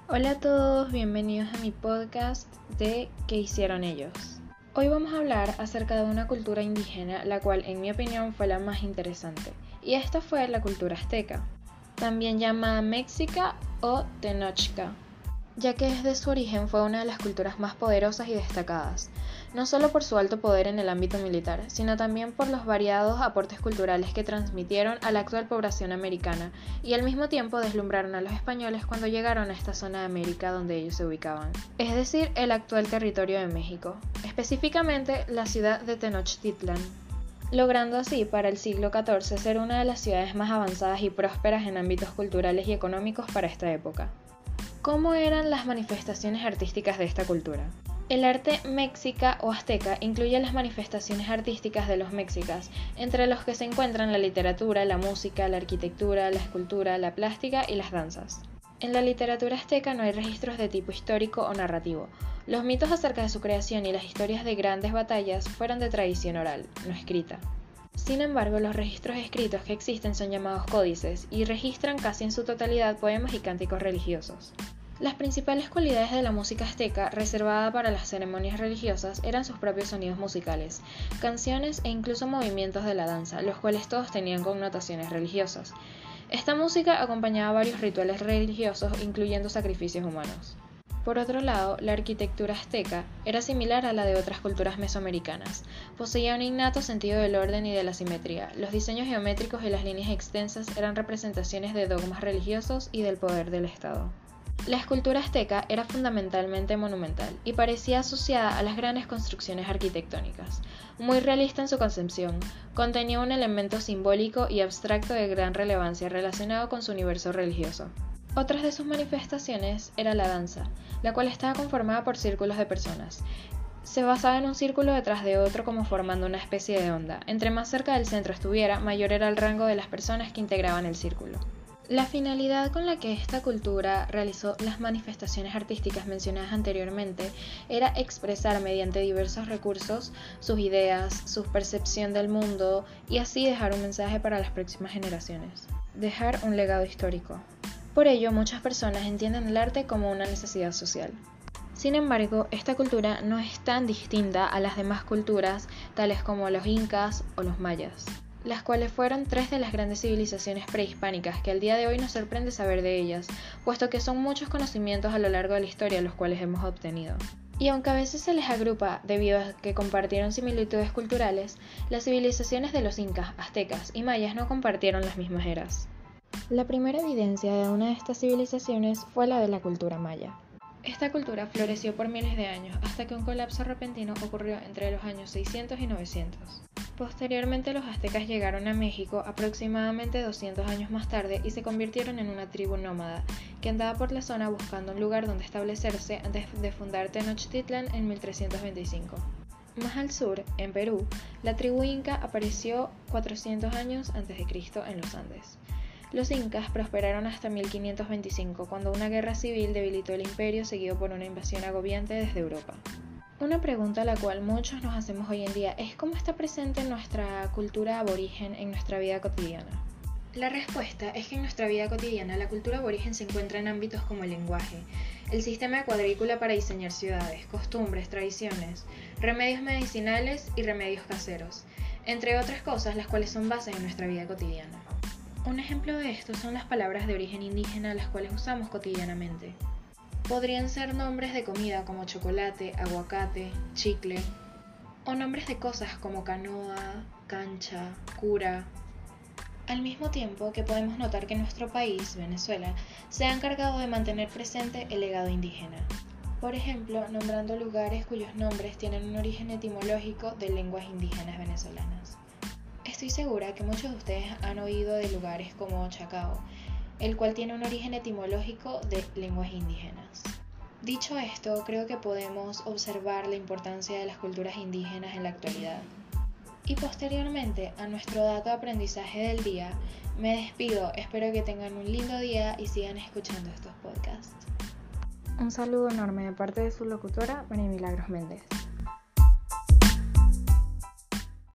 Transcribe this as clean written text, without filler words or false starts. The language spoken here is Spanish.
Hola a todos, bienvenidos a mi podcast de ¿Qué hicieron ellos? Hoy vamos a hablar acerca de una cultura indígena, la cual en mi opinión fue la más interesante, y esta fue la cultura azteca, también llamada Mexica o Tenochca, ya que desde su origen fue una de las culturas más poderosas y destacadas, no solo por su alto poder en el ámbito militar, sino también por los variados aportes culturales que transmitieron a la actual población americana y al mismo tiempo deslumbraron a los españoles cuando llegaron a esta zona de América donde ellos se ubicaban, es decir, el actual territorio de México, específicamente la ciudad de Tenochtitlan, logrando así para el siglo XIV ser una de las ciudades más avanzadas y prósperas en ámbitos culturales y económicos para esta época. ¿Cómo eran las manifestaciones artísticas de esta cultura? El arte mexica o azteca incluye las manifestaciones artísticas de los mexicas, entre los que se encuentran la literatura, la música, la arquitectura, la escultura, la plástica y las danzas. En la literatura azteca no hay registros de tipo histórico o narrativo. Los mitos acerca de su creación y las historias de grandes batallas fueron de tradición oral, no escrita. Sin embargo, los registros escritos que existen son llamados códices y registran casi en su totalidad poemas y cánticos religiosos. Las principales cualidades de la música azteca, reservada para las ceremonias religiosas, eran sus propios sonidos musicales, canciones e incluso movimientos de la danza, los cuales todos tenían connotaciones religiosas. Esta música acompañaba varios rituales religiosos, incluyendo sacrificios humanos. Por otro lado, la arquitectura azteca era similar a la de otras culturas mesoamericanas. Poseía un innato sentido del orden y de la simetría. Los diseños geométricos y las líneas extensas eran representaciones de dogmas religiosos y del poder del Estado. La escultura azteca era fundamentalmente monumental y parecía asociada a las grandes construcciones arquitectónicas. Muy realista en su concepción, contenía un elemento simbólico y abstracto de gran relevancia relacionado con su universo religioso. Otras de sus manifestaciones era la danza, la cual estaba conformada por círculos de personas. Se basaba en un círculo detrás de otro como formando una especie de onda. Entre más cerca del centro estuviera, mayor era el rango de las personas que integraban el círculo. La finalidad con la que esta cultura realizó las manifestaciones artísticas mencionadas anteriormente era expresar mediante diversos recursos sus ideas, su percepción del mundo y así dejar un mensaje para las próximas generaciones. Dejar un legado histórico. Por ello, muchas personas entienden el arte como una necesidad social. Sin embargo, esta cultura no es tan distinta a las demás culturas, tales como los incas o los mayas, las cuales fueron tres de las grandes civilizaciones prehispánicas que al día de hoy nos sorprende saber de ellas, puesto que son muchos conocimientos a lo largo de la historia los cuales hemos obtenido. Y aunque a veces se les agrupa debido a que compartieron similitudes culturales, las civilizaciones de los incas, aztecas y mayas no compartieron las mismas eras. La primera evidencia de una de estas civilizaciones fue la de la cultura maya. Esta cultura floreció por miles de años hasta que un colapso repentino ocurrió entre los años 600 y 900. Posteriormente los aztecas llegaron a México aproximadamente 200 años más tarde y se convirtieron en una tribu nómada que andaba por la zona buscando un lugar donde establecerse antes de fundar Tenochtitlan en 1325. Más al sur, en Perú, la tribu inca apareció 400 años antes de Cristo en los Andes. Los incas prosperaron hasta 1525, cuando una guerra civil debilitó el imperio seguido por una invasión agobiante desde Europa. Una pregunta a la cual muchos nos hacemos hoy en día es cómo está presente nuestra cultura aborigen en nuestra vida cotidiana. La respuesta es que en nuestra vida cotidiana la cultura aborigen se encuentra en ámbitos como el lenguaje, el sistema de cuadrícula para diseñar ciudades, costumbres, tradiciones, remedios medicinales y remedios caseros, entre otras cosas las cuales son bases en nuestra vida cotidiana. Un ejemplo de esto son las palabras de origen indígena las cuales usamos cotidianamente. Podrían ser nombres de comida como chocolate, aguacate, chicle, o nombres de cosas como canoa, cancha, cura. Al mismo tiempo que podemos notar que nuestro país, Venezuela, se ha encargado de mantener presente el legado indígena. Por ejemplo, nombrando lugares cuyos nombres tienen un origen etimológico de lenguas indígenas venezolanas. Estoy segura que muchos de ustedes han oído de lugares como Chacao, el cual tiene un origen etimológico de lenguas indígenas. Dicho esto, creo que podemos observar la importancia de las culturas indígenas en la actualidad. Y posteriormente a nuestro dato de aprendizaje del día, me despido, espero que tengan un lindo día y sigan escuchando estos podcasts. Un saludo enorme de parte de su locutora, María Milagros Méndez.